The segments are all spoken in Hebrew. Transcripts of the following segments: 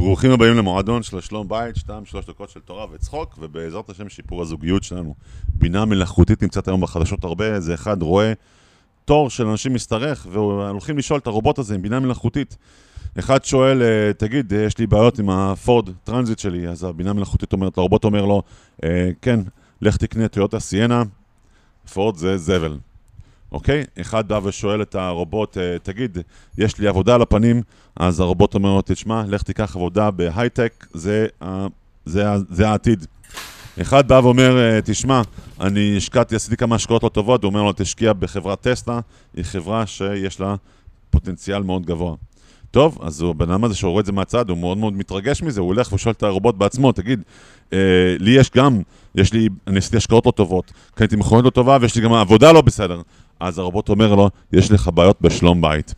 ברוכים הבאים למועדון של שלום בית, 2-3 דקות של תורה וצחוק, ובעזרת השם שיפור הזוגיות שלנו. בינה מלאכותית נמצאת היום בחדשות הרבה, זה אחד רואה תור של אנשים מסתרך, והולכים לשאול את הרובוט הזה עם בינה מלאכותית. אחד שואל, תגיד, יש לי בעיות עם הפורד טרנזיט שלי, אז הבינה מלאכותית אומרת, הרובוט אומר לו, כן, לך תקנה טויוטה סיינה, פורד זה זבל. אוקיי? אחד בא ושואל את הרובוט, תגיד, יש לי עבודה על הפנים, אז הרובוט אומר לו, תשמע, לך תיקח עבודה בהייטק, זה העתיד. אחד בא ואומר, תשמע, אני השקעתי, עשיתי כמה השקעות לא טובות, הוא אומר לו, תשקיע בחברת טסלה, היא חברה שיש לה פוטנציאל מאוד גבוה. טוב, אז הבן אדם הזה שרואה את זה מהצד, הוא מאוד מאוד מתרגש מזה, הוא הולך ושואל את הרובוט בעצמו, תגיד, לי אני עשיתי השקעות לא טובות, קניתי מכונית לא טובה, ויש לי גם עבודה לא בסדר. אז הרובוט אומר לו, יש לך בעיות בשלום בית.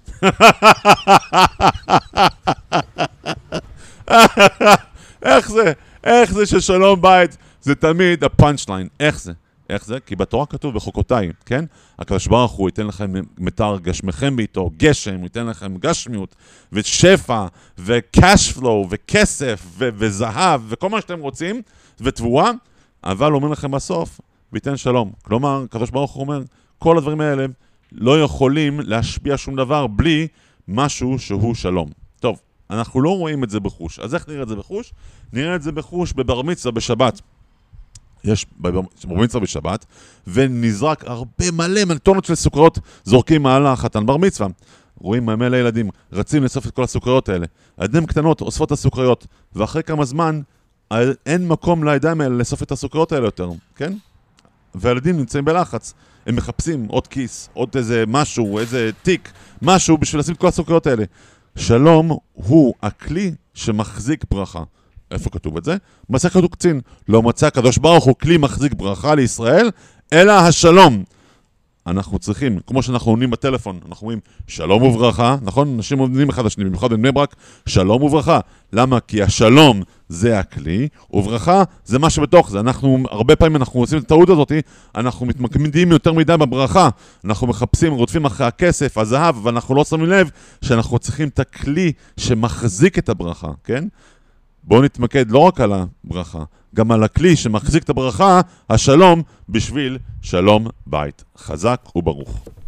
איך זה ששלום בית זה תמיד הפאנצ'ליין? איך זה? כי בתורה כתוב בחוקותיי, כן? הקדוש ברוך הוא ייתן לכם מטר גשמכם בעיתו, גשם, ייתן לכם גשמיות, ושפע, וקאש פלואו, וכסף, וזהב, וכל מה שאתם רוצים, ותבואה, אבל אומר לכם בסוף, וייתן שלום. כלומר, הקדוש ברוך הוא אומר, כל הדברים האלה לא יכולים להשפיע שום דבר בלי משהו שהוא שלום. טוב, אנחנו לא רואים את זה בחוש. אז איך נראה את זה בחוש? נראה את זה בחוש בבר מצווה בשבת. יש בר מצווה בשבת, ונזרק הרבה מלא טונות של סוכריות זורקים מעל החתן בר מצווה. רואים מלא ילדים, רצים לאסוף את כל הסוכריות האלה. הידיים קטנות אוספות את הסוכריות, ואחרי כמה זמן אין מקום לידיים האלה לאסוף את הסוכריות האלה יותר, כן? והילדים נמצאים בלחץ. הם מחפשים עוד כיס, עוד איזה משהו, איזה תיק, משהו בשביל לשים את כל הסוכריות האלה. שלום הוא הכלי שמחזיק ברכה. איפה כתוב את זה? מסכת קצין. לא מצא הקדוש ברוך הוא כלי מחזיק ברכה לישראל, אלא השלום. אנחנו צריכים, כמו שאנחנו עונים בטלפון, אנחנו אומרים שלום וברכה, נכון? אנשים עונים אחד לשני, במיוחד בבני ברק, שלום וברכה. למה? כי השלום זה הכלי, וברכה זה מה שבתוך זה. הרבה פעמים אנחנו עושים את הטעות הזאת, אנחנו מתמקדים יותר מדי בברכה, אנחנו מחפשים, רודפים אחרי הכסף, הזהב, ואנחנו לא שמים לב שאנחנו צריכים את הכלי שמחזיק את הברכה, כן? בואו נתמקד לא רק על הברכה, גם על הכלי שמחזיק את הברכה, השלום, בשביל שלום בית. חזק וברוך.